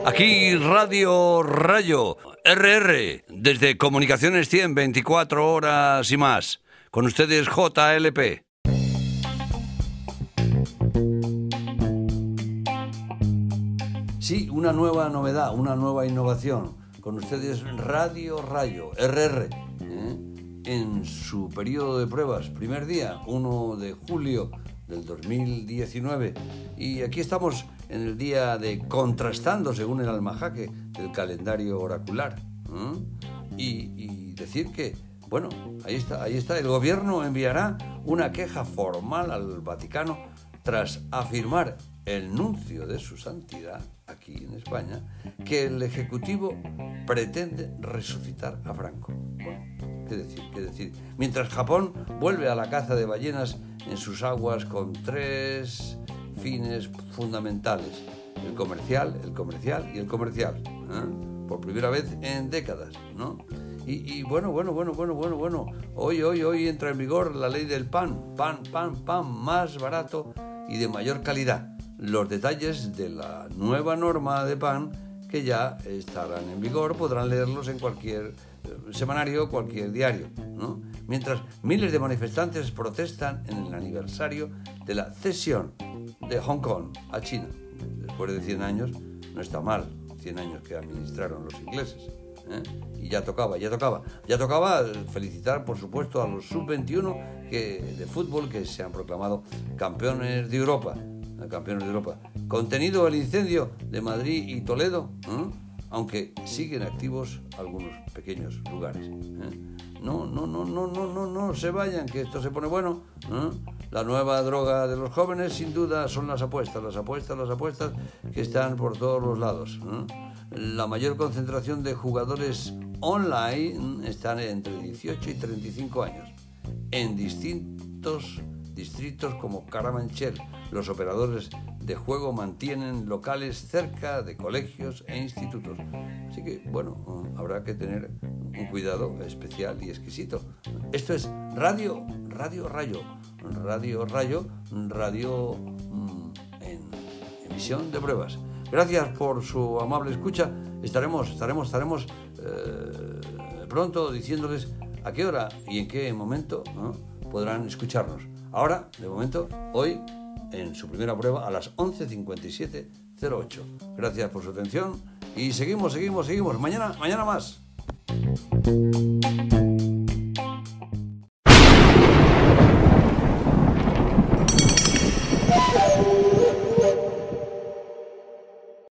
Aquí Radio Rayo, RR, desde Comunicaciones 100, 24 horas y más. Con ustedes JLP. Sí, una nueva novedad, una nueva innovación. Con ustedes Radio Rayo, RR, en su periodo de pruebas. Primer día, 1 de julio del 2019. Y aquí estamos en el día de contrastando, según el almanaque del calendario oracular. Y decir que, bueno, ahí está. El gobierno enviará una queja formal al Vaticano tras afirmar el nuncio de su santidad, aquí en España, que el Ejecutivo pretende resucitar a Franco. Bueno, ¿qué decir? Mientras Japón vuelve a la caza de ballenas en sus aguas con 3 fines fundamentales: el comercial y el comercial, por primera vez en décadas, ¿no? Y bueno, hoy entra en vigor la ley del pan más barato y de mayor calidad. Los detalles de la nueva norma de pan, que ya estarán en vigor, podrán leerlos en cualquier semanario, cualquier diario, ¿no? Mientras miles de manifestantes protestan en el aniversario de la cesión de Hong Kong a China. Después de 100 años, no está mal, 100 años que administraron los ingleses, y ya tocaba felicitar, por supuesto, a los sub-21 de fútbol que se han proclamado campeones de Europa. Contenido el incendio de Madrid y Toledo, aunque siguen activos algunos pequeños lugares. No se vayan, que esto se pone bueno. La nueva droga de los jóvenes, sin duda, son las apuestas que están por todos los lados. La mayor concentración de jugadores online están entre 18 y 35 años. En distintos distritos como Carabanchel, los operadores de juego mantienen locales cerca de colegios e institutos. Así que, bueno, habrá que tener un cuidado especial y exquisito. Esto es Radio Rayo, en emisión de pruebas. Gracias por su amable escucha. Estaremos pronto diciéndoles a qué hora y en qué momento podrán escucharnos. Ahora, de momento, hoy, en su primera prueba, a las 11:57:08. Gracias por su atención y seguimos. Mañana más.